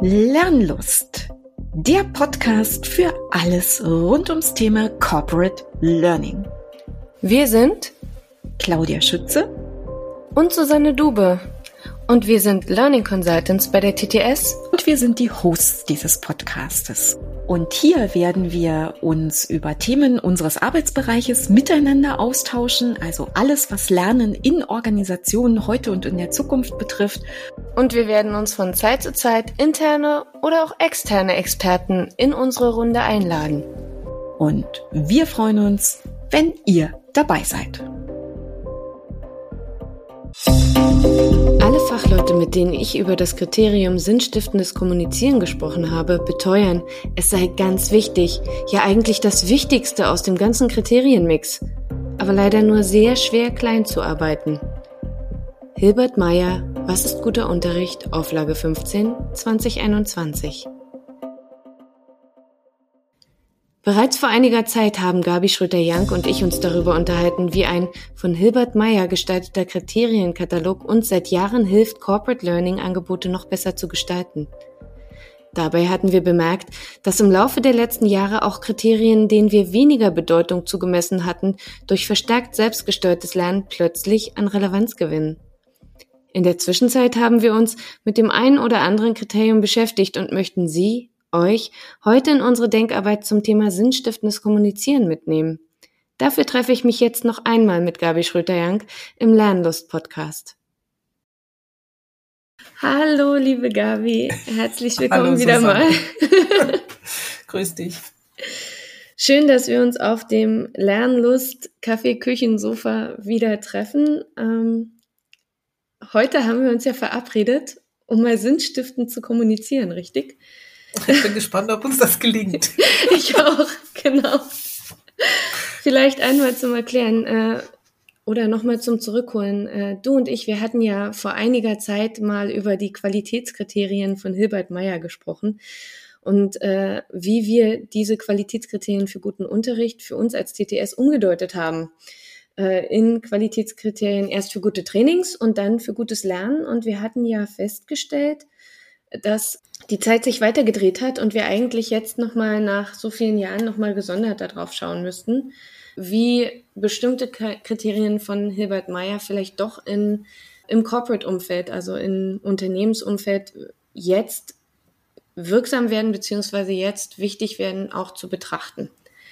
Lernlust, der Podcast für alles rund ums Thema Corporate Learning. Wir sind Claudia Schütze und Susanne Dube und wir sind Learning Consultants bei der TTS und wir sind die Hosts dieses Podcastes. Und hier werden wir uns über Themen unseres Arbeitsbereiches miteinander austauschen, also alles, was Lernen in Organisationen heute und in der Zukunft betrifft. Und wir werden uns von Zeit zu Zeit interne oder auch externe Experten in unsere Runde einladen. Und wir freuen uns, wenn ihr dabei seid. Alle Fachleute, mit denen ich über das Kriterium sinnstiftendes Kommunizieren gesprochen habe, beteuern, es sei ganz wichtig, ja eigentlich das Wichtigste aus dem ganzen Kriterienmix, aber leider nur sehr schwer klein zu arbeiten. Hilbert Meyer, Was ist guter Unterricht? Auflage 15, 2021. Bereits vor einiger Zeit haben Gabi Schröter-Jank und ich uns darüber unterhalten, wie ein von Hilbert Meyer gestalteter Kriterienkatalog uns seit Jahren hilft, Corporate Learning-Angebote noch besser zu gestalten. Dabei hatten wir bemerkt, dass im Laufe der letzten Jahre auch Kriterien, denen wir weniger Bedeutung zugemessen hatten, durch verstärkt selbstgesteuertes Lernen plötzlich an Relevanz gewinnen. In der Zwischenzeit haben wir uns mit dem einen oder anderen Kriterium beschäftigt und möchten euch heute in unsere Denkarbeit zum Thema sinnstiftendes Kommunizieren mitnehmen. Dafür treffe ich mich jetzt noch einmal mit Gabi Schröter-Jank im Lernlust-Podcast. Hallo, liebe Gabi, herzlich willkommen. Hallo, wieder mal. Grüß dich. Schön, dass wir uns auf dem Lernlust-Kaffee-Küchen-Sofa wieder treffen. Heute haben wir uns ja verabredet, um mal sinnstiftend zu kommunizieren, richtig? Ich bin gespannt, ob uns das gelingt. Ich auch, genau. Vielleicht einmal zum Erklären oder nochmal zum Zurückholen. Du und ich, wir hatten ja vor einiger Zeit mal über die Qualitätskriterien von Hilbert Meyer gesprochen und wie wir diese Qualitätskriterien für guten Unterricht für uns als TTS umgedeutet haben. In Qualitätskriterien erst für gute Trainings und dann für gutes Lernen. Und wir hatten ja festgestellt, dass die Zeit sich weitergedreht hat und wir eigentlich jetzt nochmal nach so vielen Jahren nochmal gesondert darauf schauen müssten, wie bestimmte Kriterien von Hilbert Meyer vielleicht doch im Corporate-Umfeld, also im Unternehmensumfeld jetzt wirksam werden, beziehungsweise jetzt wichtig werden, auch zu betrachten.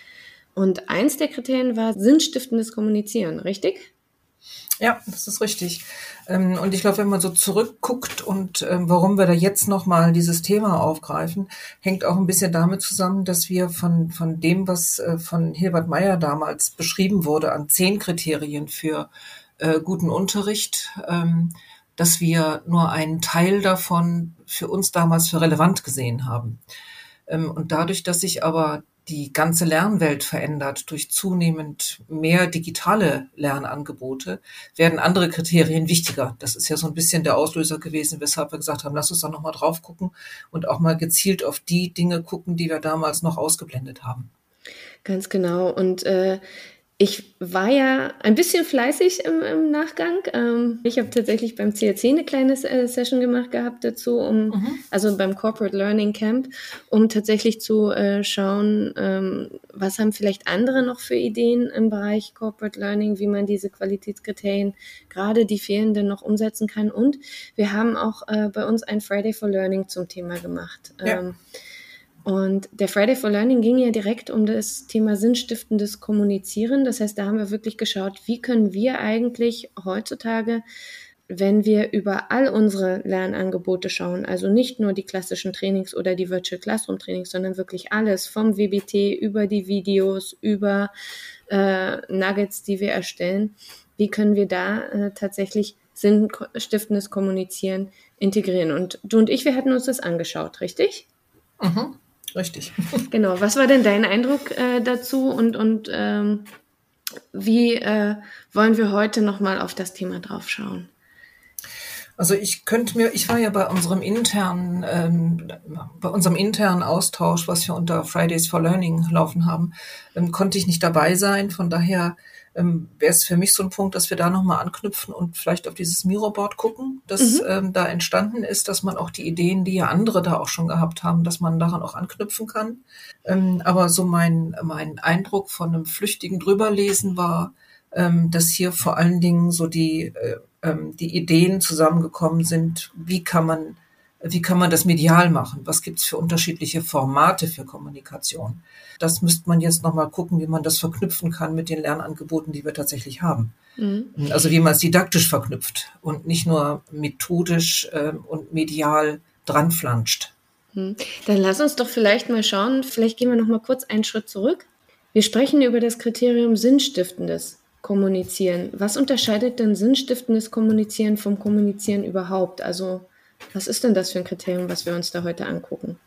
Und eins der Kriterien war sinnstiftendes Kommunizieren, richtig? Ja, das ist richtig. Und ich glaube, wenn man so zurückguckt und warum wir da jetzt nochmal dieses Thema aufgreifen, hängt auch ein bisschen damit zusammen, dass wir von dem, was von Hilbert Meyer damals beschrieben wurde, an 10 Kriterien für guten Unterricht, dass wir nur einen Teil davon für uns damals für relevant gesehen haben. Und dadurch, dass sich aber die ganze Lernwelt verändert durch zunehmend mehr digitale Lernangebote, werden andere Kriterien wichtiger. Das ist ja so ein bisschen der Auslöser gewesen, weshalb wir gesagt haben, lass uns da nochmal drauf gucken und auch mal gezielt auf die Dinge gucken, die wir damals noch ausgeblendet haben. Ganz genau. Und ich war ja ein bisschen fleißig im Nachgang. Ich habe tatsächlich beim CLC eine kleine Session gemacht gehabt dazu, also beim Corporate Learning Camp, um tatsächlich zu schauen, was haben vielleicht andere noch für Ideen im Bereich Corporate Learning, wie man diese Qualitätskriterien, gerade die fehlenden, noch umsetzen kann. Und wir haben auch bei uns ein Friday for Learning zum Thema gemacht. Ja. Und der Friday for Learning ging ja direkt um das Thema sinnstiftendes Kommunizieren. Das heißt, da haben wir wirklich geschaut, wie können wir eigentlich heutzutage, wenn wir über all unsere Lernangebote schauen, also nicht nur die klassischen Trainings oder die Virtual Classroom Trainings, sondern wirklich alles, vom WBT über die Videos, über Nuggets, die wir erstellen, wie können wir da tatsächlich sinnstiftendes Kommunizieren integrieren? Und du und ich, wir hatten uns das angeschaut, richtig? Mhm. Richtig. Genau. Was war denn dein Eindruck dazu und wie wollen wir heute nochmal auf das Thema drauf schauen? Also ich war ja bei unserem internen Austausch, was wir unter Fridays for Learning laufen haben, konnte ich nicht dabei sein. Von daher wäre es für mich so ein Punkt, dass wir da nochmal anknüpfen und vielleicht auf dieses Miro-Board gucken, das da entstanden ist, dass man auch die Ideen, die ja andere da auch schon gehabt haben, dass man daran auch anknüpfen kann. Aber so mein Eindruck von einem flüchtigen Drüberlesen war, dass hier vor allen Dingen so die Ideen zusammengekommen sind, wie kann man das medial machen? Was gibt's für unterschiedliche Formate für Kommunikation? Das müsste man jetzt nochmal gucken, wie man das verknüpfen kann mit den Lernangeboten, die wir tatsächlich haben. Also wie man es didaktisch verknüpft und nicht nur methodisch und medial dranflanscht. Dann lass uns doch vielleicht mal schauen, vielleicht gehen wir noch mal kurz einen Schritt zurück. Wir sprechen über das Kriterium sinnstiftendes Kommunizieren. Was unterscheidet denn sinnstiftendes Kommunizieren vom Kommunizieren überhaupt? Also was ist denn das für ein Kriterium, was wir uns da heute angucken?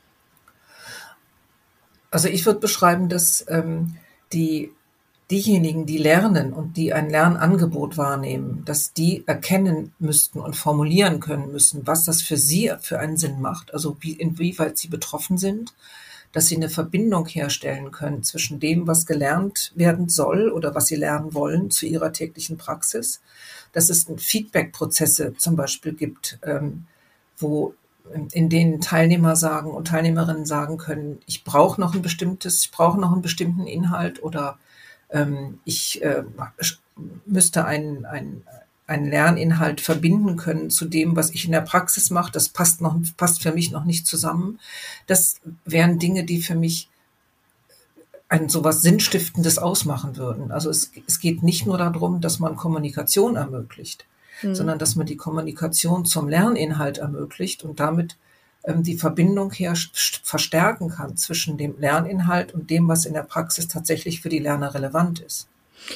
Also ich würde beschreiben, dass diejenigen, die lernen und die ein Lernangebot wahrnehmen, dass die erkennen müssten und formulieren können müssen, was das für sie für einen Sinn macht, also inwieweit sie betroffen sind, dass sie eine Verbindung herstellen können zwischen dem, was gelernt werden soll oder was sie lernen wollen, zu ihrer täglichen Praxis, dass es Feedback-Prozesse zum Beispiel gibt, in denen Teilnehmer sagen und Teilnehmerinnen sagen können, ich brauche noch einen bestimmten Inhalt oder ich müsste einen Lerninhalt verbinden können zu dem, was ich in der Praxis mache. Das passt für mich noch nicht zusammen. Das wären Dinge, die für mich ein sowas Sinnstiftendes ausmachen würden. Also es geht nicht nur darum, dass man Kommunikation ermöglicht, sondern dass man die Kommunikation zum Lerninhalt ermöglicht und damit die Verbindung verstärken kann zwischen dem Lerninhalt und dem, was in der Praxis tatsächlich für die Lerner relevant ist.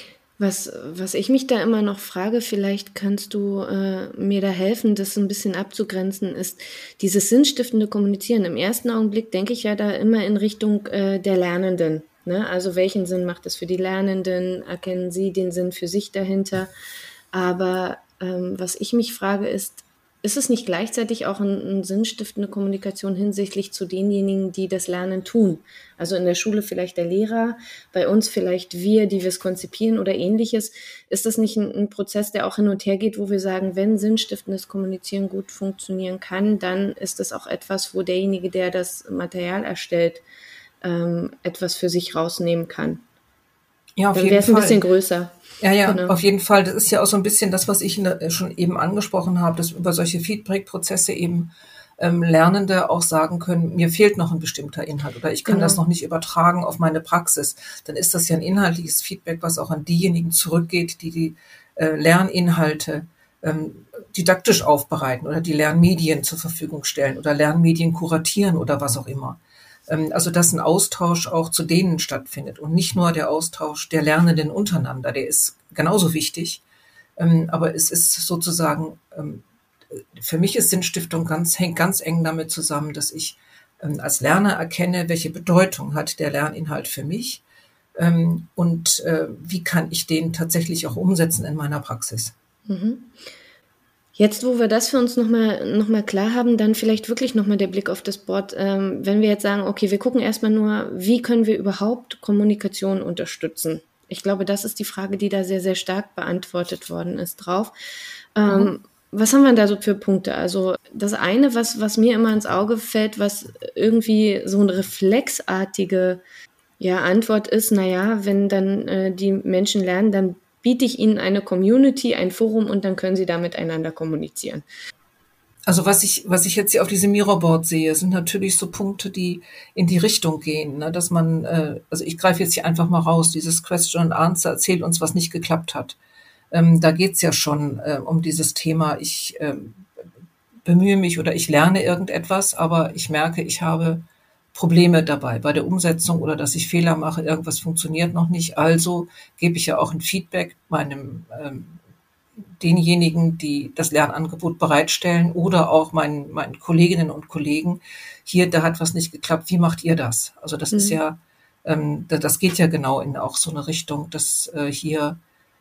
Was ich mich da immer noch frage, vielleicht kannst du mir da helfen, das ein bisschen abzugrenzen, ist dieses sinnstiftende Kommunizieren. Im ersten Augenblick denke ich ja da immer in Richtung der Lernenden. Ne? Also welchen Sinn macht es für die Lernenden? Erkennen sie den Sinn für sich dahinter? Aber was ich mich frage ist es nicht gleichzeitig auch eine sinnstiftende Kommunikation hinsichtlich zu denjenigen, die das Lernen tun? Also in der Schule vielleicht der Lehrer, bei uns vielleicht wir, die wir es konzipieren oder ähnliches. Ist das nicht ein Prozess, der auch hin und her geht, wo wir sagen, wenn sinnstiftendes Kommunizieren gut funktionieren kann, dann ist das auch etwas, wo derjenige, der das Material erstellt, etwas für sich rausnehmen kann? Ja, auf jeden Fall. Dann wäre es ein bisschen größer. Ja, genau. Auf jeden Fall. Das ist ja auch so ein bisschen das, was ich schon eben angesprochen habe, dass über solche Feedback-Prozesse eben Lernende auch sagen können, mir fehlt noch ein bestimmter Inhalt oder ich kann das noch nicht übertragen auf meine Praxis. Dann ist das ja ein inhaltliches Feedback, was auch an diejenigen zurückgeht, die Lerninhalte didaktisch aufbereiten oder die Lernmedien zur Verfügung stellen oder Lernmedien kuratieren oder was auch immer. Also dass ein Austausch auch zu denen stattfindet und nicht nur der Austausch der Lernenden untereinander, der ist genauso wichtig. Aber es ist sozusagen, für mich ist Sinnstiftung hängt ganz eng damit zusammen, dass ich als Lerner erkenne, welche Bedeutung hat der Lerninhalt für mich und wie kann ich den tatsächlich auch umsetzen in meiner Praxis. Jetzt, wo wir das für uns noch mal klar haben, dann vielleicht wirklich noch mal der Blick auf das Board. Wenn wir jetzt sagen, okay, wir gucken erstmal nur, wie können wir überhaupt Kommunikation unterstützen? Ich glaube, das ist die Frage, die da sehr, sehr stark beantwortet worden ist drauf. Was haben wir da so für Punkte? Also das eine, was mir immer ins Auge fällt, was irgendwie so eine reflexartige Antwort ist, wenn dann die Menschen lernen, dann biete ich ihnen eine Community, ein Forum und dann können sie da miteinander kommunizieren. Also was ich jetzt hier auf diesem Miro-Board sehe, sind natürlich so Punkte, die in die Richtung gehen, ne? Dass man, also ich greife jetzt hier einfach mal raus, dieses Question and Answer, erzählt uns, was nicht geklappt hat. Da geht's ja schon um dieses Thema, ich bemühe mich oder ich lerne irgendetwas, aber ich merke, ich habe Probleme dabei bei der Umsetzung oder dass ich Fehler mache, irgendwas funktioniert noch nicht. Also gebe ich ja auch ein Feedback denjenigen, die das Lernangebot bereitstellen oder auch meinen Kolleginnen und Kollegen. Hier, da hat was nicht geklappt. Wie macht ihr das? Also das ist ja, das geht ja genau in auch so eine Richtung, dass hier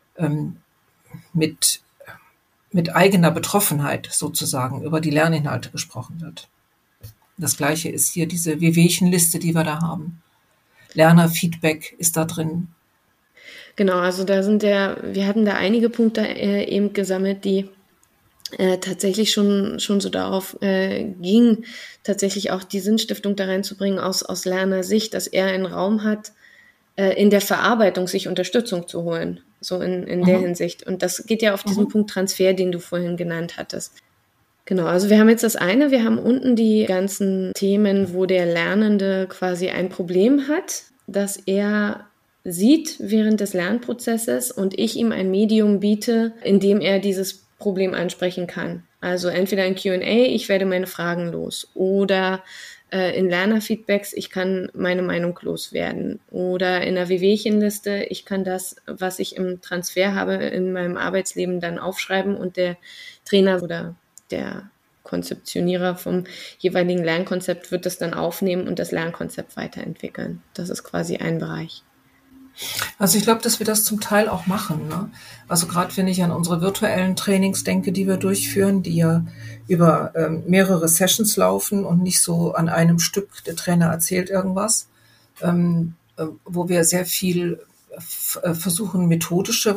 mit eigener Betroffenheit sozusagen über die Lerninhalte gesprochen wird. Das Gleiche ist hier diese Wehwehchenliste, die wir da haben. Lernerfeedback ist da drin. Genau, also wir hatten da einige Punkte eben gesammelt, die tatsächlich schon so darauf ging, tatsächlich auch die Sinnstiftung da reinzubringen aus Lernersicht, dass er einen Raum hat, in der Verarbeitung sich Unterstützung zu holen, so in der Hinsicht. Und das geht ja auf diesen Punkt Transfer, den du vorhin genannt hattest. Genau, also wir haben jetzt wir haben unten die ganzen Themen, wo der Lernende quasi ein Problem hat, dass er sieht während des Lernprozesses und ich ihm ein Medium biete, in dem er dieses Problem ansprechen kann. Also entweder in Q&A, ich werde meine Fragen los, oder in Lernerfeedbacks, ich kann meine Meinung loswerden, oder in der Wehwehchenliste, ich kann das, was ich im Transfer habe, in meinem Arbeitsleben dann aufschreiben und der Trainer oder der Konzeptionierer vom jeweiligen Lernkonzept wird das dann aufnehmen und das Lernkonzept weiterentwickeln. Das ist quasi ein Bereich. Also ich glaube, dass wir das zum Teil auch machen, ne? Also gerade wenn ich an unsere virtuellen Trainings denke, die wir durchführen, die ja über mehrere Sessions laufen und nicht so an einem Stück, der Trainer erzählt irgendwas, wo wir sehr viel versuchen, methodischen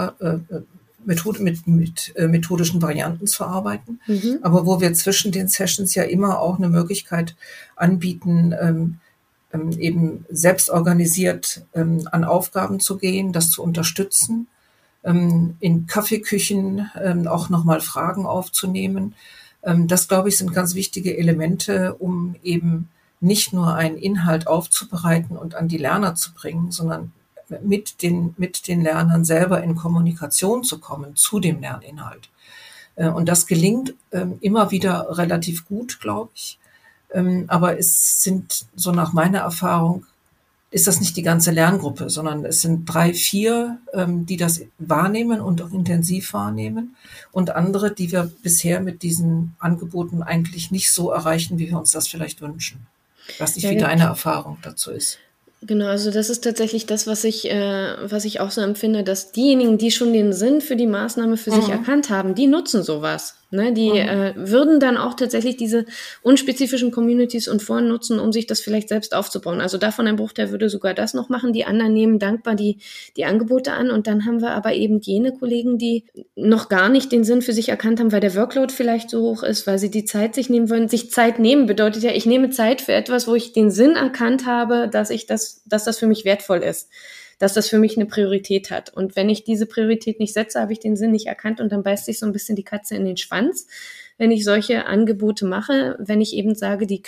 Varianten zu arbeiten, aber wo wir zwischen den Sessions ja immer auch eine Möglichkeit anbieten, eben selbst organisiert an Aufgaben zu gehen, das zu unterstützen, in Kaffeeküchen auch nochmal Fragen aufzunehmen. Das, glaube ich, sind ganz wichtige Elemente, um eben nicht nur einen Inhalt aufzubereiten und an die Lerner zu bringen, sondern mit den Lernern selber in Kommunikation zu kommen zu dem Lerninhalt. Und das gelingt immer wieder relativ gut, glaube ich. Aber es sind, so nach meiner Erfahrung, ist das nicht die ganze Lerngruppe, sondern es sind 3, 4, die das wahrnehmen und auch intensiv wahrnehmen, und andere, die wir bisher mit diesen Angeboten eigentlich nicht so erreichen, wie wir uns das vielleicht wünschen. Ich weiß nicht, wie deine Erfahrung dazu ist. Genau, also das ist tatsächlich das, was ich auch so empfinde, dass diejenigen, die schon den Sinn für die Maßnahme für sich erkannt haben, die nutzen sowas. Ne? Die würden dann auch tatsächlich diese unspezifischen Communities und Foren nutzen, um sich das vielleicht selbst aufzubauen. Also davon ein Bruchteil würde sogar das noch machen. Die anderen nehmen dankbar die Angebote an. Und dann haben wir aber eben jene Kollegen, die noch gar nicht den Sinn für sich erkannt haben, weil der Workload vielleicht so hoch ist, weil sie die Zeit sich nehmen wollen. Sich Zeit nehmen bedeutet ja, ich nehme Zeit für etwas, wo ich den Sinn erkannt habe, dass das für mich wertvoll ist, dass das für mich eine Priorität hat. Und wenn ich diese Priorität nicht setze, habe ich den Sinn nicht erkannt und dann beißt sich so ein bisschen die Katze in den Schwanz, wenn ich solche Angebote mache, wenn ich eben sage, die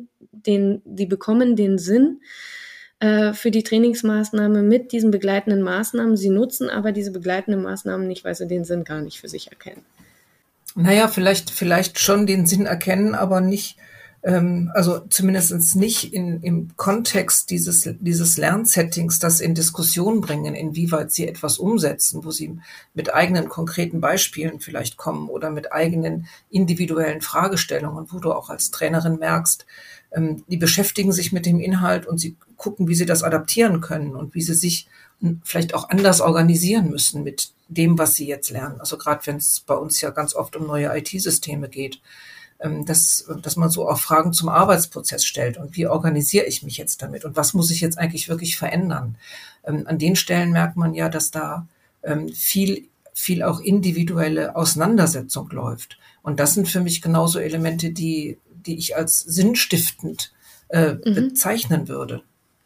bekommen den Sinn für die Trainingsmaßnahme mit diesen begleitenden Maßnahmen. Sie nutzen aber diese begleitenden Maßnahmen nicht, weil sie den Sinn gar nicht für sich erkennen. Naja, vielleicht schon den Sinn erkennen, aber nicht, also zumindest nicht im Kontext dieses Lernsettings, das in Diskussion bringen, inwieweit sie etwas umsetzen, wo sie mit eigenen konkreten Beispielen vielleicht kommen oder mit eigenen individuellen Fragestellungen, wo du auch als Trainerin merkst, die beschäftigen sich mit dem Inhalt und sie gucken, wie sie das adaptieren können und wie sie sich vielleicht auch anders organisieren müssen mit dem, was sie jetzt lernen. Also gerade wenn es bei uns ja ganz oft um neue IT-Systeme geht, dass man so auch Fragen zum Arbeitsprozess stellt und wie organisiere ich mich jetzt damit und was muss ich jetzt eigentlich wirklich verändern. An den Stellen merkt man ja, dass da viel auch individuelle Auseinandersetzung läuft. Und das sind für mich genauso Elemente, die ich als sinnstiftend bezeichnen würde.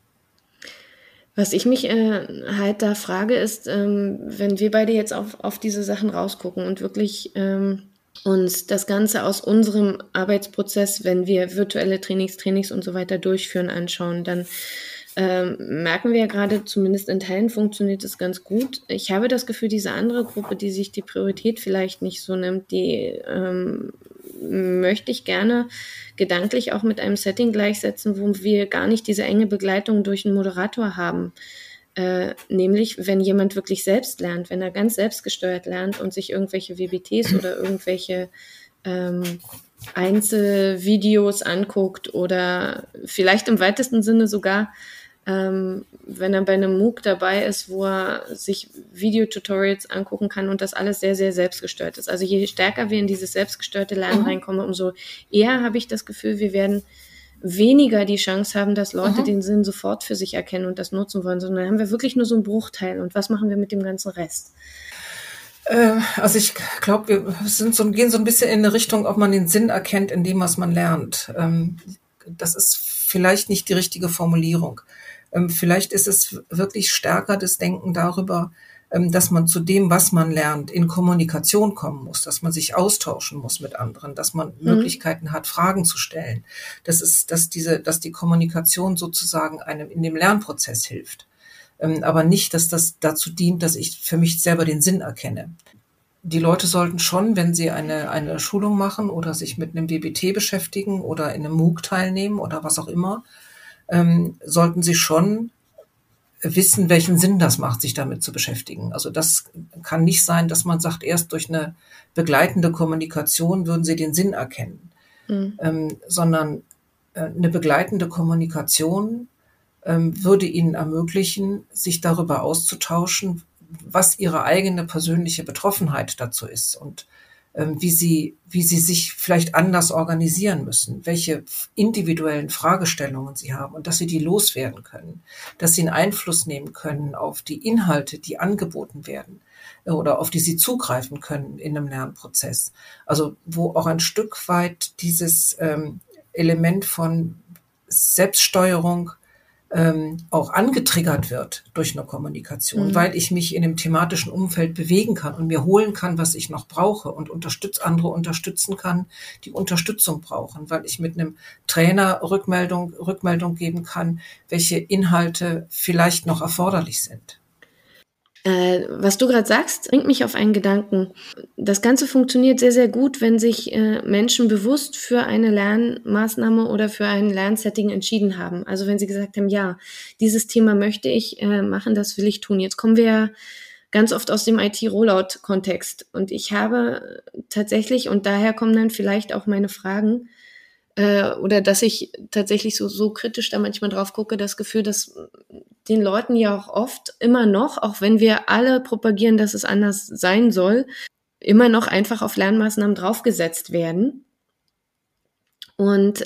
Was ich mich halt da frage, ist, wenn wir beide jetzt auf diese Sachen rausgucken und wirklich uns das Ganze aus unserem Arbeitsprozess, wenn wir virtuelle Trainings und so weiter durchführen, anschauen, dann merken wir ja gerade, zumindest in Teilen funktioniert es ganz gut. Ich habe das Gefühl, diese andere Gruppe, die sich die Priorität vielleicht nicht so nimmt, die möchte ich gerne gedanklich auch mit einem Setting gleichsetzen, wo wir gar nicht diese enge Begleitung durch einen Moderator haben. Nämlich, wenn jemand wirklich selbst lernt, wenn er ganz selbstgesteuert lernt und sich irgendwelche WBTs oder irgendwelche Einzelvideos anguckt oder vielleicht im weitesten Sinne sogar, wenn er bei einem MOOC dabei ist, wo er sich Videotutorials angucken kann und das alles sehr, sehr selbstgesteuert ist. Also je stärker wir in dieses selbstgesteuerte Lernen reinkommen, umso eher habe ich das Gefühl, wir werden weniger die Chance haben, dass Leute den Sinn sofort für sich erkennen und das nutzen wollen, sondern dann haben wir wirklich nur so einen Bruchteil. Und was machen wir mit dem ganzen Rest? Also ich glaube, wir gehen so ein bisschen in eine Richtung, ob man den Sinn erkennt in dem, was man lernt. Das ist vielleicht nicht die richtige Formulierung. Vielleicht ist es wirklich stärker das Denken darüber, dass man zu dem, was man lernt, in Kommunikation kommen muss, dass man sich austauschen muss mit anderen, dass man Möglichkeiten hat, Fragen zu stellen. Dass die Kommunikation sozusagen einem in dem Lernprozess hilft. Aber nicht, dass das dazu dient, dass ich für mich selber den Sinn erkenne. Die Leute sollten schon, wenn sie eine Schulung machen oder sich mit einem DBT beschäftigen oder in einem MOOC teilnehmen oder was auch immer, sollten sie schon wissen, welchen Sinn das macht, sich damit zu beschäftigen. Also das kann nicht sein, dass man sagt, erst durch eine begleitende Kommunikation würden sie den Sinn erkennen, sondern eine begleitende Kommunikation würde ihnen ermöglichen, sich darüber auszutauschen, was ihre eigene persönliche Betroffenheit dazu ist und wie sie sich vielleicht anders organisieren müssen, welche individuellen Fragestellungen sie haben und dass sie die loswerden können, dass sie einen Einfluss nehmen können auf die Inhalte, die angeboten werden oder auf die sie zugreifen können in einem Lernprozess. Also wo auch ein Stück weit dieses Element von Selbststeuerung auch angetriggert wird durch eine Kommunikation, weil ich mich in dem thematischen Umfeld bewegen kann und mir holen kann, was ich noch brauche und andere unterstützen kann, die Unterstützung brauchen, weil ich mit einem Trainer Rückmeldung geben kann, welche Inhalte vielleicht noch erforderlich sind. Was du gerade sagst, bringt mich auf einen Gedanken. Das Ganze funktioniert sehr, sehr gut, wenn sich Menschen bewusst für eine Lernmaßnahme oder für ein Lernsetting entschieden haben. Also wenn sie gesagt haben, ja, dieses Thema möchte ich machen, das will ich tun. Jetzt kommen wir ja ganz oft aus dem IT-Rollout-Kontext. Und ich habe tatsächlich, und daher kommen dann vielleicht auch meine Fragen, oder dass ich tatsächlich so kritisch da manchmal drauf gucke, das Gefühl, dass den Leuten ja auch oft immer noch, auch wenn wir alle propagieren, dass es anders sein soll, immer noch einfach auf Lernmaßnahmen draufgesetzt werden. Und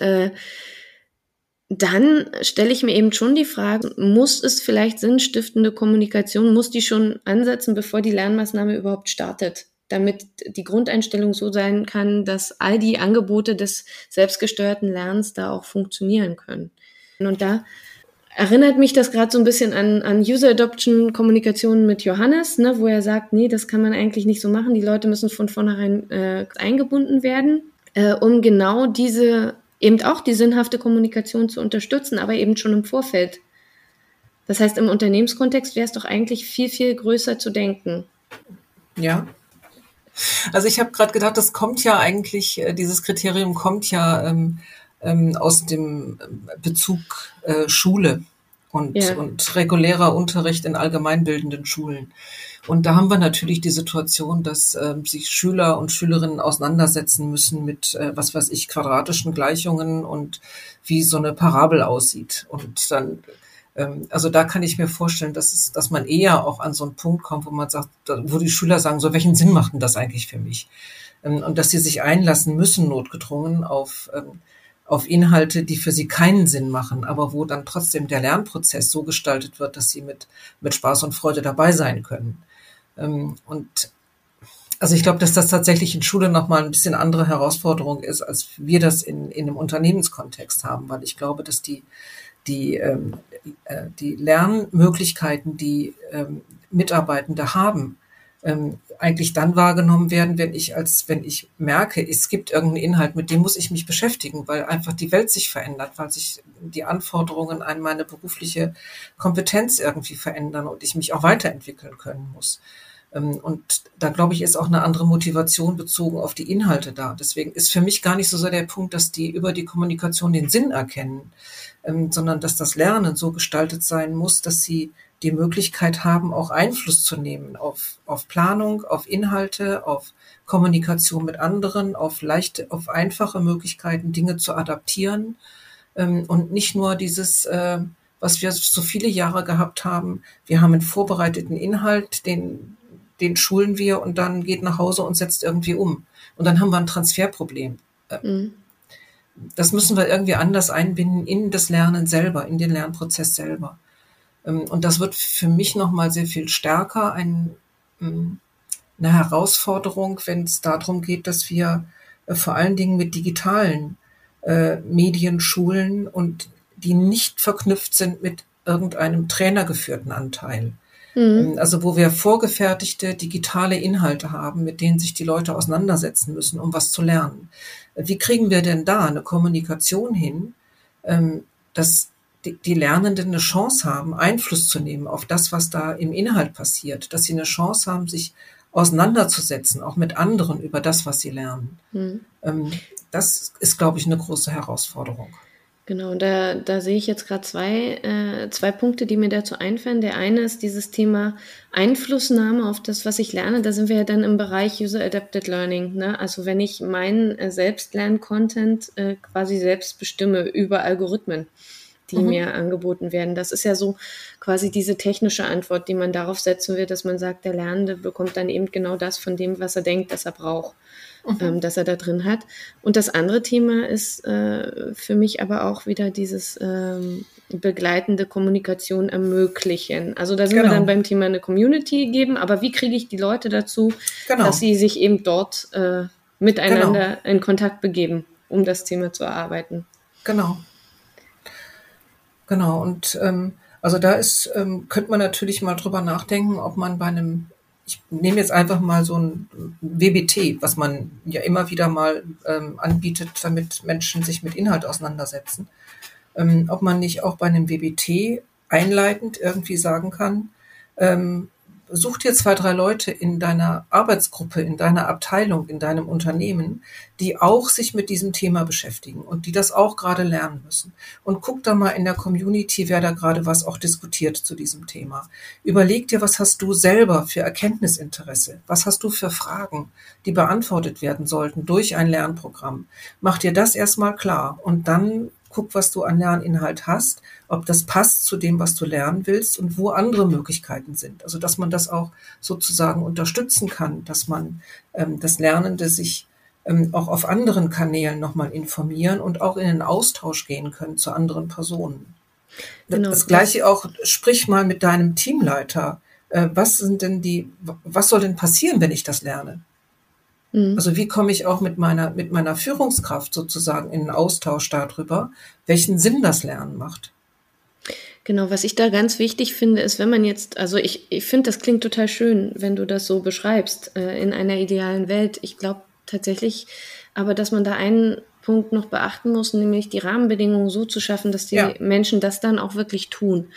dann stelle ich mir eben schon die Frage, muss es vielleicht sinnstiftende Kommunikation, muss die schon ansetzen, bevor die Lernmaßnahme überhaupt startet? Damit die Grundeinstellung so sein kann, dass all die Angebote des selbstgesteuerten Lernens da auch funktionieren können. Und da erinnert mich das gerade so ein bisschen an User-Adoption-Kommunikation mit Johannes, ne, wo er sagt, nee, das kann man eigentlich nicht so machen. Die Leute müssen von vornherein eingebunden werden, um genau diese, eben auch die sinnhafte Kommunikation zu unterstützen, aber eben schon im Vorfeld. Das heißt, im Unternehmenskontext wäre es doch eigentlich viel, viel größer zu denken. Ja. Also ich habe gerade gedacht, das kommt ja eigentlich, dieses Kriterium kommt ja aus dem Bezug Schule und regulärer Unterricht in allgemeinbildenden Schulen. Und da haben wir natürlich die Situation, dass sich Schüler und Schülerinnen auseinandersetzen müssen mit, was weiß ich, quadratischen Gleichungen und wie so eine Parabel aussieht. Und dann also da kann ich mir vorstellen, dass man eher auch an so einen Punkt kommt, wo man sagt, wo die Schüler sagen, so welchen Sinn macht denn das eigentlich für mich? Und dass sie sich einlassen müssen, notgedrungen, auf Inhalte, die für sie keinen Sinn machen, aber wo dann trotzdem der Lernprozess so gestaltet wird, dass sie mit Spaß und Freude dabei sein können. Und also ich glaube, dass das tatsächlich in Schule nochmal ein bisschen andere Herausforderung ist, als wir das in einem Unternehmenskontext haben, weil ich glaube, dass die Lernmöglichkeiten, die Mitarbeitende haben, eigentlich dann wahrgenommen werden, wenn ich merke, es gibt irgendeinen Inhalt, mit dem muss ich mich beschäftigen, weil einfach die Welt sich verändert, weil sich die Anforderungen an meine berufliche Kompetenz irgendwie verändern und ich mich auch weiterentwickeln können muss. Und da, glaube ich, ist auch eine andere Motivation bezogen auf die Inhalte da. Deswegen ist für mich gar nicht so sehr der Punkt, dass die über die Kommunikation den Sinn erkennen, sondern dass das Lernen so gestaltet sein muss, dass sie die Möglichkeit haben, auch Einfluss zu nehmen auf Planung, auf Inhalte, auf Kommunikation mit anderen, auf einfache Möglichkeiten, Dinge zu adaptieren und nicht nur dieses, was wir so viele Jahre gehabt haben. Wir haben einen vorbereiteten Inhalt, den schulen wir und dann geht nach Hause und setzt irgendwie um. Und dann haben wir ein Transferproblem. das müssen wir irgendwie anders einbinden in das Lernen selber, in den Lernprozess selber. Und das wird für mich nochmal sehr viel stärker eine Herausforderung, wenn es darum geht, dass wir vor allen Dingen mit digitalen Medien schulen und die nicht verknüpft sind mit irgendeinem trainergeführten Anteil. Also wo wir vorgefertigte digitale Inhalte haben, mit denen sich die Leute auseinandersetzen müssen, um was zu lernen. Wie kriegen wir denn da eine Kommunikation hin, dass die Lernenden eine Chance haben, Einfluss zu nehmen auf das, was da im Inhalt passiert, dass sie eine Chance haben, sich auseinanderzusetzen, auch mit anderen über das, was sie lernen. Das ist, glaube ich, eine große Herausforderung. Genau, da sehe ich jetzt gerade zwei Punkte, die mir dazu einfallen. Der eine ist dieses Thema Einflussnahme auf das, was ich lerne. Da sind wir ja dann im Bereich User-Adapted Learning. Ne? Also wenn ich meinen Selbstlern-Content quasi selbst bestimme über Algorithmen, die mir angeboten werden. Das ist ja so quasi diese technische Antwort, die man darauf setzen will, dass man sagt, der Lernende bekommt dann eben genau das von dem, was er denkt, dass er braucht. Dass er da drin hat. Und das andere Thema ist für mich aber auch wieder dieses begleitende Kommunikation ermöglichen. Also da sind wir dann beim Thema eine Community geben, aber wie kriege ich die Leute dazu, dass sie sich eben dort miteinander in Kontakt begeben, um das Thema zu erarbeiten. Genau. Und also da könnte man natürlich mal drüber nachdenken, ob man bei einem, ich nehme jetzt einfach mal so ein WBT, was man ja immer wieder mal anbietet, damit Menschen sich mit Inhalt auseinandersetzen, ob man nicht auch bei einem WBT einleitend irgendwie sagen kann, such dir 2, 3 Leute in deiner Arbeitsgruppe, in deiner Abteilung, in deinem Unternehmen, die auch sich mit diesem Thema beschäftigen und die das auch gerade lernen müssen. Und guck da mal in der Community, wer da gerade was auch diskutiert zu diesem Thema. Überleg dir, was hast du selber für Erkenntnisinteresse? Was hast du für Fragen, die beantwortet werden sollten durch ein Lernprogramm? Mach dir das erstmal klar und dann guck, was du an Lerninhalt hast, ob das passt zu dem, was du lernen willst und wo andere Möglichkeiten sind. Also, dass man das auch sozusagen unterstützen kann, dass man das Lernende sich auch auf anderen Kanälen nochmal informieren und auch in den Austausch gehen können zu anderen Personen. Genau. Das Gleiche auch, sprich mal mit deinem Teamleiter. Was soll denn passieren, wenn ich das lerne? Also wie komme ich auch mit meiner Führungskraft sozusagen in den Austausch darüber, welchen Sinn das Lernen macht? Genau, was ich da ganz wichtig finde, ist, wenn man jetzt, also ich finde, das klingt total schön, wenn du das so beschreibst, in einer idealen Welt. Ich glaube tatsächlich aber, dass man da einen Punkt noch beachten muss, nämlich die Rahmenbedingungen so zu schaffen, dass die Menschen das dann auch wirklich tun.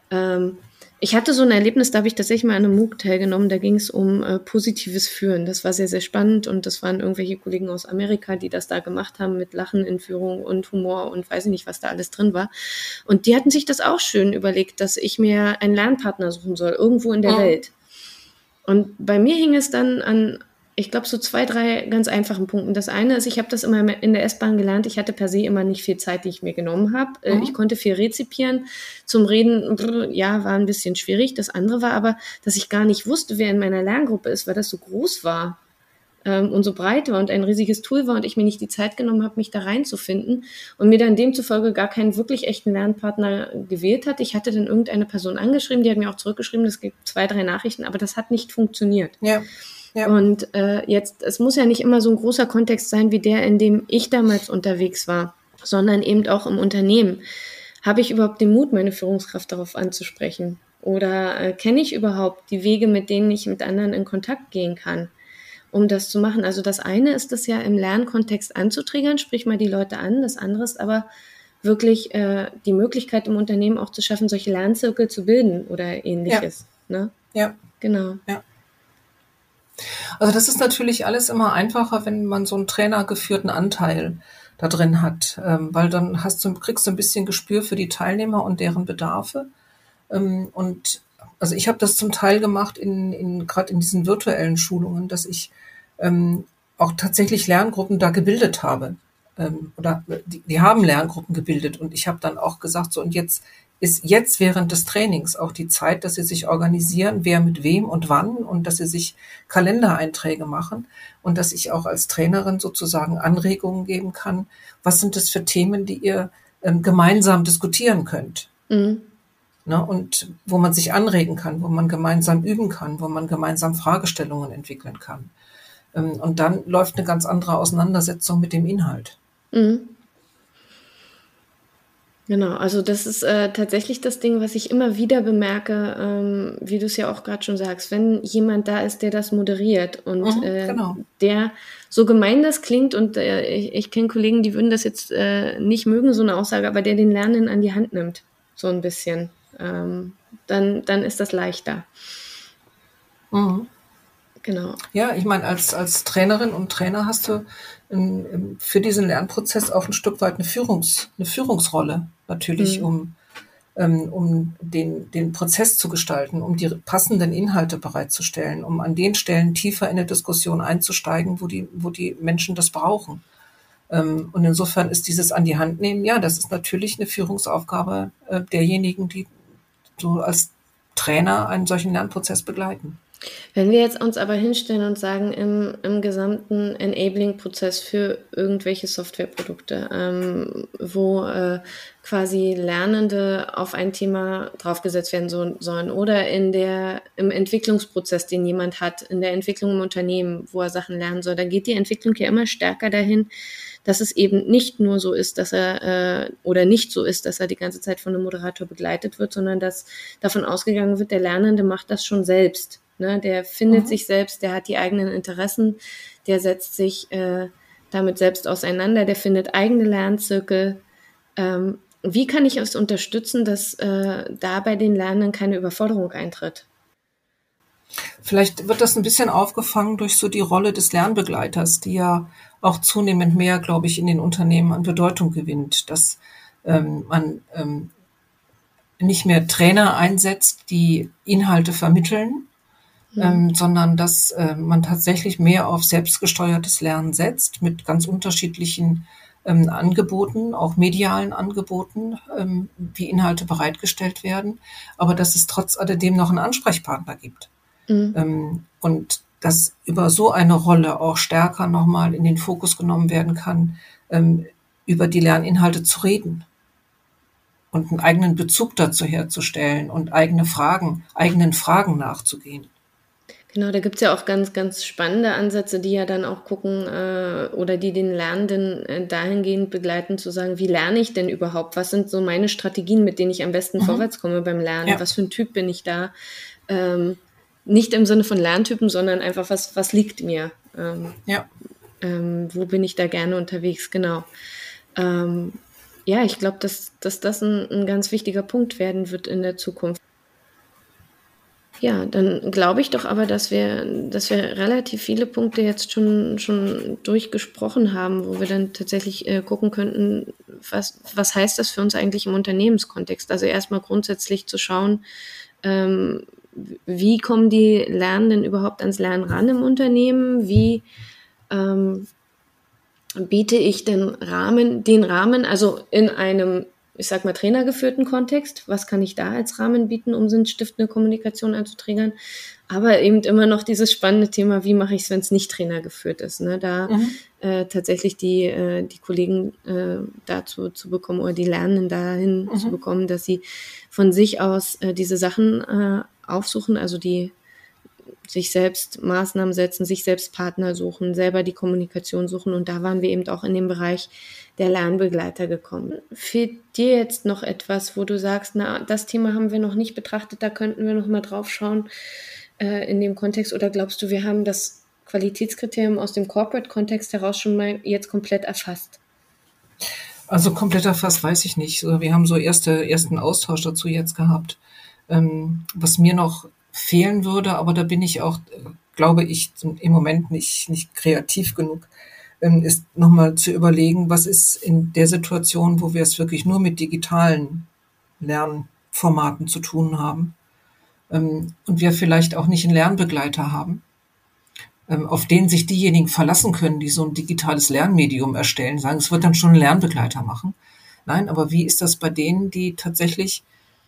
Ich hatte so ein Erlebnis, da habe ich tatsächlich mal an einem MOOC teilgenommen, da ging es um positives Führen. Das war sehr, sehr spannend und das waren irgendwelche Kollegen aus Amerika, die das da gemacht haben mit Lachen in Führung und Humor und weiß ich nicht, was da alles drin war. Und die hatten sich das auch schön überlegt, dass ich mir einen Lernpartner suchen soll, irgendwo in der Welt. Und bei mir hing es dann an, ich glaube, so 2, 3 ganz einfachen Punkten. Das eine ist, ich habe das immer in der S-Bahn gelernt. Ich hatte per se immer nicht viel Zeit, die ich mir genommen habe. Ich konnte viel rezipieren. Zum Reden, war ein bisschen schwierig. Das andere war aber, dass ich gar nicht wusste, wer in meiner Lerngruppe ist, weil das so groß war und so breit war und ein riesiges Tool war und ich mir nicht die Zeit genommen habe, mich da reinzufinden und mir dann demzufolge gar keinen wirklich echten Lernpartner gewählt hat. Ich hatte dann irgendeine Person angeschrieben, die hat mir auch zurückgeschrieben, es gibt 2, 3 Nachrichten, aber das hat nicht funktioniert. Ja. Und es muss ja nicht immer so ein großer Kontext sein wie der, in dem ich damals unterwegs war, sondern eben auch im Unternehmen. Habe ich überhaupt den Mut, meine Führungskraft darauf anzusprechen? Oder kenne ich überhaupt die Wege, mit denen ich mit anderen in Kontakt gehen kann, um das zu machen? Also das eine ist das ja im Lernkontext anzutriggern, sprich mal die Leute an. Das andere ist aber wirklich die Möglichkeit im Unternehmen auch zu schaffen, solche Lernzirkel zu bilden oder ähnliches. Ne? Ja. Genau. Ja. Also das ist natürlich alles immer einfacher, wenn man so einen trainergeführten Anteil da drin hat, weil dann kriegst du ein bisschen Gespür für die Teilnehmer und deren Bedarfe. Und also ich habe das zum Teil gemacht gerade in diesen virtuellen Schulungen, dass ich auch tatsächlich Lerngruppen da gebildet habe. Oder die haben Lerngruppen gebildet und ich habe dann auch gesagt, so und jetzt ist jetzt während des Trainings auch die Zeit, dass sie sich organisieren, wer mit wem und wann, und dass sie sich Kalendereinträge machen und dass ich auch als Trainerin sozusagen Anregungen geben kann. Was sind das für Themen, die ihr gemeinsam diskutieren könnt? Mhm. Ne, und wo man sich anregen kann, wo man gemeinsam üben kann, wo man gemeinsam Fragestellungen entwickeln kann. Und dann läuft eine ganz andere Auseinandersetzung mit dem Inhalt. Mhm. Genau, also das ist tatsächlich das Ding, was ich immer wieder bemerke, wie du es ja auch gerade schon sagst, wenn jemand da ist, der das moderiert und Genau. der, so gemein das klingt, und ich kenne Kollegen, die würden das jetzt nicht mögen, so eine Aussage, aber der den Lernenden an die Hand nimmt, so ein bisschen, dann ist das leichter. Mhm. Genau. Ja, ich meine, als Trainerin und Trainer hast du für diesen Lernprozess auch ein Stück weit eine Führungsrolle natürlich, um den Prozess zu gestalten, um die passenden Inhalte bereitzustellen, um an den Stellen tiefer in eine Diskussion einzusteigen, wo die Menschen das brauchen. Und insofern ist dieses an die Hand nehmen, ja, das ist natürlich eine Führungsaufgabe derjenigen, die so als Trainer einen solchen Lernprozess begleiten. Wenn wir jetzt uns aber hinstellen und sagen, im gesamten Enabling-Prozess für irgendwelche Softwareprodukte, wo quasi Lernende auf ein Thema draufgesetzt werden sollen oder im Entwicklungsprozess, den jemand hat, in der Entwicklung im Unternehmen, wo er Sachen lernen soll, da geht die Entwicklung ja immer stärker dahin, dass es eben nicht nur so ist, dass er nicht so ist, dass er die ganze Zeit von einem Moderator begleitet wird, sondern dass davon ausgegangen wird, der Lernende macht das schon selbst. Ne? Der findet sich selbst, der hat die eigenen Interessen, der setzt sich damit selbst auseinander, der findet eigene Lernzirkel. Wie kann ich es unterstützen, dass da bei den Lernenden keine Überforderung eintritt? Vielleicht wird das ein bisschen aufgefangen durch so die Rolle des Lernbegleiters, die ja auch zunehmend mehr, glaube ich, in den Unternehmen an Bedeutung gewinnt, dass man nicht mehr Trainer einsetzt, die Inhalte vermitteln, sondern dass man tatsächlich mehr auf selbstgesteuertes Lernen setzt, mit ganz unterschiedlichen Angeboten, auch medialen Angeboten, wie Inhalte bereitgestellt werden, aber dass es trotz alledem noch einen Ansprechpartner gibt. Und dass über so eine Rolle auch stärker nochmal in den Fokus genommen werden kann, über die Lerninhalte zu reden und einen eigenen Bezug dazu herzustellen und eigenen Fragen nachzugehen. Genau, da gibt's ja auch ganz, ganz spannende Ansätze, die ja dann auch gucken oder die den Lernenden dahingehend begleiten, zu sagen, wie lerne ich denn überhaupt? Was sind so meine Strategien, mit denen ich am besten vorwärts komme beim Lernen? Ja. Was für ein Typ bin ich da? Nicht im Sinne von Lerntypen, sondern einfach, was liegt mir? Wo bin ich da gerne unterwegs? Genau. Ja, ich glaube, dass das ein ganz wichtiger Punkt werden wird in der Zukunft. Ja, dann glaube ich doch aber, dass wir relativ viele Punkte jetzt schon durchgesprochen haben, wo wir dann tatsächlich gucken könnten, was heißt das für uns eigentlich im Unternehmenskontext? Also erstmal grundsätzlich zu schauen, wie kommen die Lernenden überhaupt ans Lernen ran im Unternehmen? Wie biete ich den Rahmen, also in einem, ich sag mal, trainergeführten Kontext, was kann ich da als Rahmen bieten, um sinnstiftende Kommunikation anzutriggern, aber eben immer noch dieses spannende Thema, wie mache ich es, wenn es nicht trainergeführt ist, ne? Da tatsächlich die Kollegen dazu zu bekommen oder die Lernenden dahin zu bekommen, dass sie von sich aus diese Sachen aufsuchen, also die sich selbst Maßnahmen setzen, sich selbst Partner suchen, selber die Kommunikation suchen. Und da waren wir eben auch in dem Bereich der Lernbegleiter gekommen. Fehlt dir jetzt noch etwas, wo du sagst, na, das Thema haben wir noch nicht betrachtet, da könnten wir noch mal drauf schauen in dem Kontext? Oder glaubst du, wir haben das Qualitätskriterium aus dem Corporate-Kontext heraus schon mal jetzt komplett erfasst? Also komplett erfasst weiß ich nicht. Wir haben so ersten Austausch dazu jetzt gehabt. Was mir noch fehlen würde, aber da bin ich auch, glaube ich, im Moment nicht kreativ genug, ist nochmal zu überlegen, was ist in der Situation, wo wir es wirklich nur mit digitalen Lernformaten zu tun haben und wir vielleicht auch nicht einen Lernbegleiter haben, auf den sich diejenigen verlassen können, die so ein digitales Lernmedium erstellen, sagen, es wird dann schon ein Lernbegleiter machen. Nein, aber wie ist das bei denen, die tatsächlich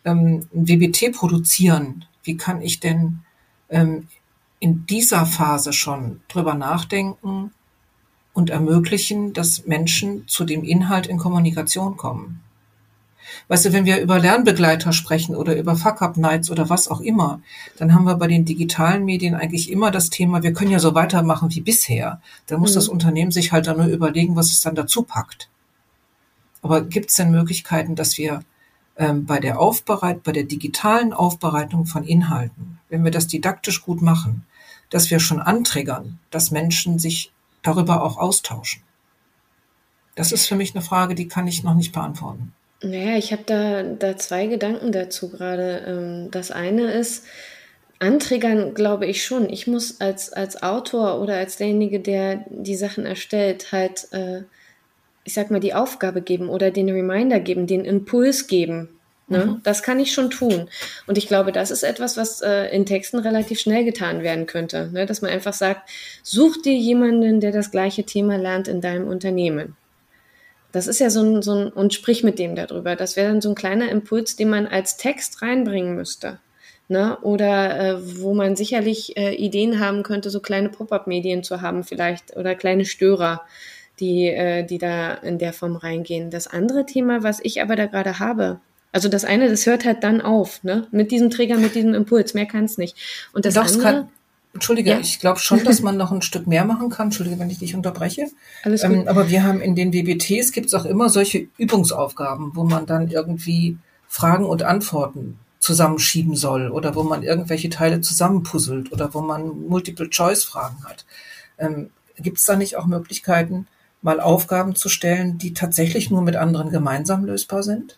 ein WBT produzieren? Wie kann ich denn in dieser Phase schon drüber nachdenken und ermöglichen, dass Menschen zu dem Inhalt in Kommunikation kommen? Weißt du, wenn wir über Lernbegleiter sprechen oder über Fuck-Up-Nights oder was auch immer, dann haben wir bei den digitalen Medien eigentlich immer das Thema, wir können ja so weitermachen wie bisher. Da muss das Unternehmen sich halt dann nur überlegen, was es dann dazu packt. Aber gibt es denn Möglichkeiten, dass wir bei der digitalen Aufbereitung von Inhalten, wenn wir das didaktisch gut machen, dass wir schon antriggern, dass Menschen sich darüber auch austauschen? Das ist für mich eine Frage, die kann ich noch nicht beantworten. Naja, ich habe da zwei Gedanken dazu gerade. Das eine ist, antriggern glaube ich schon. Ich muss als Autor oder als derjenige, der die Sachen erstellt, halt, ich sag mal, die Aufgabe geben oder den Reminder geben, den Impuls geben. Ne? Das kann ich schon tun. Und ich glaube, das ist etwas, was in Texten relativ schnell getan werden könnte. Ne? Dass man einfach sagt, such dir jemanden, der das gleiche Thema lernt in deinem Unternehmen. Das ist ja so ein und sprich mit dem darüber. Das wäre dann so ein kleiner Impuls, den man als Text reinbringen müsste. Ne? Oder wo man sicherlich Ideen haben könnte, so kleine Pop-up-Medien zu haben vielleicht oder kleine Störer, die da in der Form reingehen. Das andere Thema, was ich aber da gerade habe, also das eine, das hört halt dann auf, ne? Mit diesem Träger, mit diesem Impuls, mehr kann es nicht. Und das andere... Entschuldige, ja? Ich glaube schon, dass man noch ein Stück mehr machen kann. Entschuldige, wenn ich dich unterbreche. Alles gut. Aber wir haben in den WBTs gibt es auch immer solche Übungsaufgaben, wo man dann irgendwie Fragen und Antworten zusammenschieben soll oder wo man irgendwelche Teile zusammenpuzzelt oder wo man Multiple-Choice-Fragen hat. Gibt es da nicht auch Möglichkeiten, mal Aufgaben zu stellen, die tatsächlich nur mit anderen gemeinsam lösbar sind?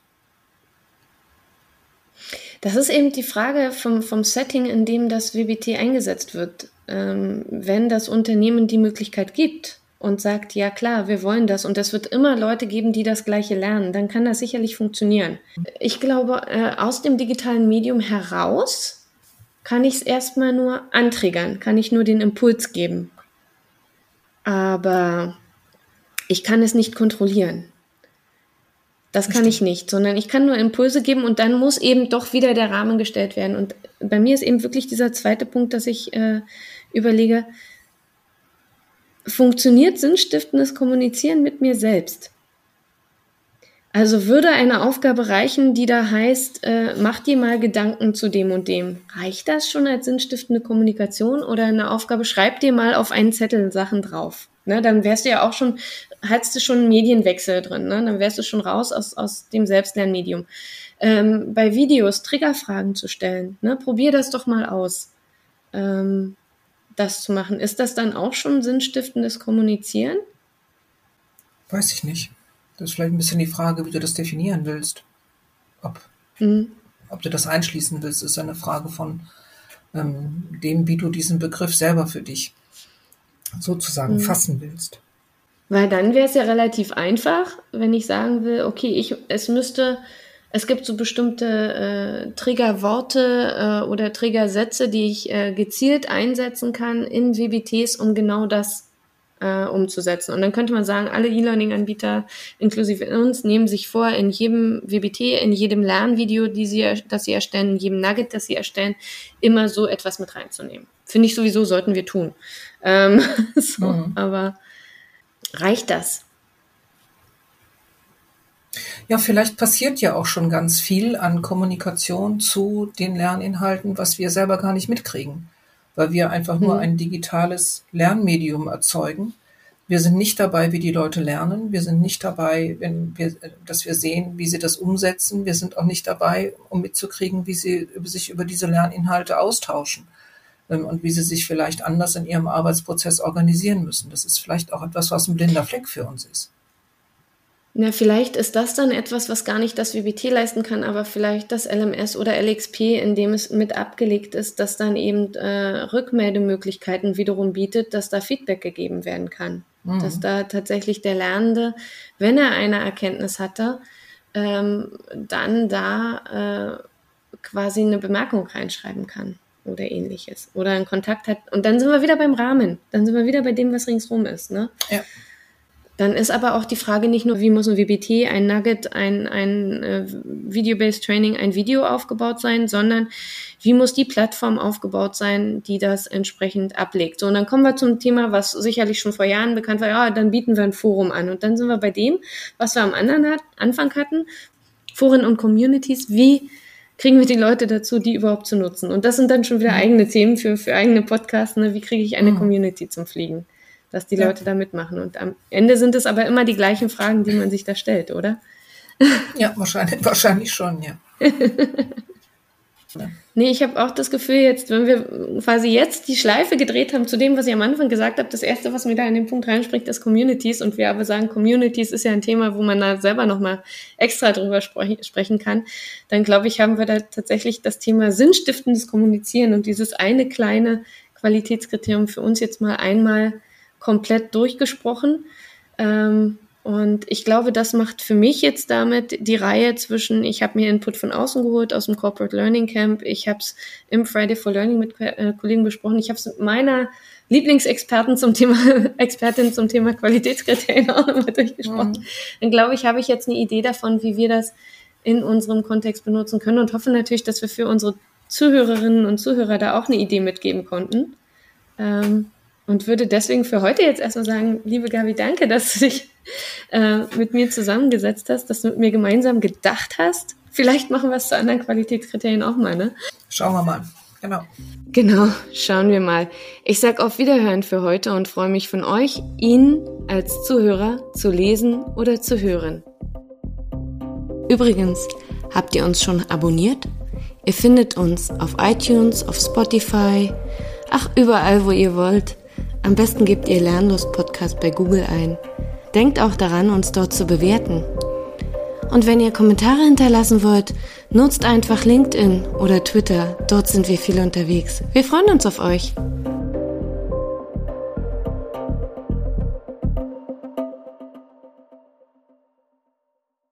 Das ist eben die Frage vom Setting, in dem das WBT eingesetzt wird. Wenn das Unternehmen die Möglichkeit gibt und sagt, ja klar, wir wollen das und es wird immer Leute geben, die das Gleiche lernen, dann kann das sicherlich funktionieren. Ich glaube, aus dem digitalen Medium heraus kann ich es erstmal nur antriggern, kann ich nur den Impuls geben. Aber ich kann es nicht kontrollieren. Das kann ich nicht, sondern ich kann nur Impulse geben und dann muss eben doch wieder der Rahmen gestellt werden. Und bei mir ist eben wirklich dieser zweite Punkt, dass ich überlege, funktioniert sinnstiftendes Kommunizieren mit mir selbst? Also würde eine Aufgabe reichen, die da heißt, mach dir mal Gedanken zu dem und dem. Reicht das schon als sinnstiftende Kommunikation oder eine Aufgabe, schreib dir mal auf einen Zettel Sachen drauf? Ne, dann wärst du ja auch schon, hattest du schon einen Medienwechsel drin, ne? Dann wärst du schon raus aus dem Selbstlernmedium. Bei Videos Triggerfragen zu stellen, ne? Probier das doch mal aus, das zu machen. Ist das dann auch schon sinnstiftendes Kommunizieren? Weiß ich nicht. Das ist vielleicht ein bisschen die Frage, wie du das definieren willst. Ob du das einschließen willst, ist eine Frage von dem, wie du diesen Begriff selber für dich sozusagen fassen willst. Weil dann wäre es ja relativ einfach, wenn ich sagen will, okay, es gibt so bestimmte Triggerworte oder Triggersätze, die ich gezielt einsetzen kann in WBTs, um genau das umzusetzen. Und dann könnte man sagen, alle E-Learning-Anbieter, inklusive uns, nehmen sich vor, in jedem WBT, in jedem Lernvideo, das sie erstellen, in jedem Nugget, das sie erstellen, immer so etwas mit reinzunehmen. Finde ich sowieso, sollten wir tun. Aber reicht das? Ja, vielleicht passiert ja auch schon ganz viel an Kommunikation zu den Lerninhalten, was wir selber gar nicht mitkriegen, weil wir einfach nur ein digitales Lernmedium erzeugen. Wir sind nicht dabei, wie die Leute lernen. Wir sind nicht dabei, dass wir sehen, wie sie das umsetzen. Wir sind auch nicht dabei, um mitzukriegen, wie sie sich über diese Lerninhalte austauschen und wie sie sich vielleicht anders in ihrem Arbeitsprozess organisieren müssen. Das ist vielleicht auch etwas, was ein blinder Fleck für uns ist. Na, vielleicht ist das dann etwas, was gar nicht das WBT leisten kann, aber vielleicht das LMS oder LXP, in dem es mit abgelegt ist, das dann eben Rückmeldemöglichkeiten wiederum bietet, dass da Feedback gegeben werden kann. Dass da tatsächlich der Lernende, wenn er eine Erkenntnis hatte, dann da quasi eine Bemerkung reinschreiben kann oder ähnliches. Oder einen Kontakt hat. Und dann sind wir wieder beim Rahmen. Dann sind wir wieder bei dem, was ringsrum ist. Ne? Ja. Dann ist aber auch die Frage nicht nur, wie muss ein WBT, ein Nugget, ein Video-Based Training, ein Video aufgebaut sein, sondern wie muss die Plattform aufgebaut sein, die das entsprechend ablegt. So, und dann kommen wir zum Thema, was sicherlich schon vor Jahren bekannt war, ja, dann bieten wir ein Forum an. Und dann sind wir bei dem, was wir am Anfang hatten, Foren und Communities, wie kriegen wir die Leute dazu, die überhaupt zu nutzen? Und das sind dann schon wieder eigene Themen für eigene Podcasts, ne? Wie kriege ich eine Community zum Fliegen? Dass die Leute da mitmachen. Und am Ende sind es aber immer die gleichen Fragen, die man sich da stellt, oder? Ja, wahrscheinlich schon, ja. Nee, ich habe auch das Gefühl jetzt, wenn wir quasi jetzt die Schleife gedreht haben zu dem, was ich am Anfang gesagt habe, das Erste, was mir da in den Punkt reinspricht, ist Communities. Und wir aber sagen, Communities ist ja ein Thema, wo man da selber nochmal extra drüber sprechen kann. Dann glaube ich, haben wir da tatsächlich das Thema sinnstiftendes Kommunizieren und dieses eine kleine Qualitätskriterium für uns jetzt mal einmal komplett durchgesprochen. Und ich glaube, das macht für mich jetzt damit die Reihe zwischen, ich habe mir Input von außen geholt, aus dem Corporate Learning Camp, ich habe es im Friday for Learning mit Kollegen besprochen, ich habe es mit meiner Lieblingsexpertin zum Thema Qualitätskriterien auch immer durchgesprochen. Dann glaube ich, habe ich jetzt eine Idee davon, wie wir das in unserem Kontext benutzen können und hoffe natürlich, dass wir für unsere Zuhörerinnen und Zuhörer da auch eine Idee mitgeben konnten. Und würde deswegen für heute jetzt erstmal sagen, liebe Gabi, danke, dass du dich mit mir zusammengesetzt hast, dass du mit mir gemeinsam gedacht hast. Vielleicht machen wir es zu anderen Qualitätskriterien auch mal, ne? Schauen wir mal, Genau, schauen wir mal. Ich sag auf Wiederhören für heute und freue mich von euch, ihn als Zuhörer zu lesen oder zu hören. Übrigens, habt ihr uns schon abonniert? Ihr findet uns auf iTunes, auf Spotify, überall, wo ihr wollt. Am besten gebt ihr Lernlust-Podcast bei Google ein. Denkt auch daran, uns dort zu bewerten. Und wenn ihr Kommentare hinterlassen wollt, nutzt einfach LinkedIn oder Twitter. Dort sind wir viel unterwegs. Wir freuen uns auf euch.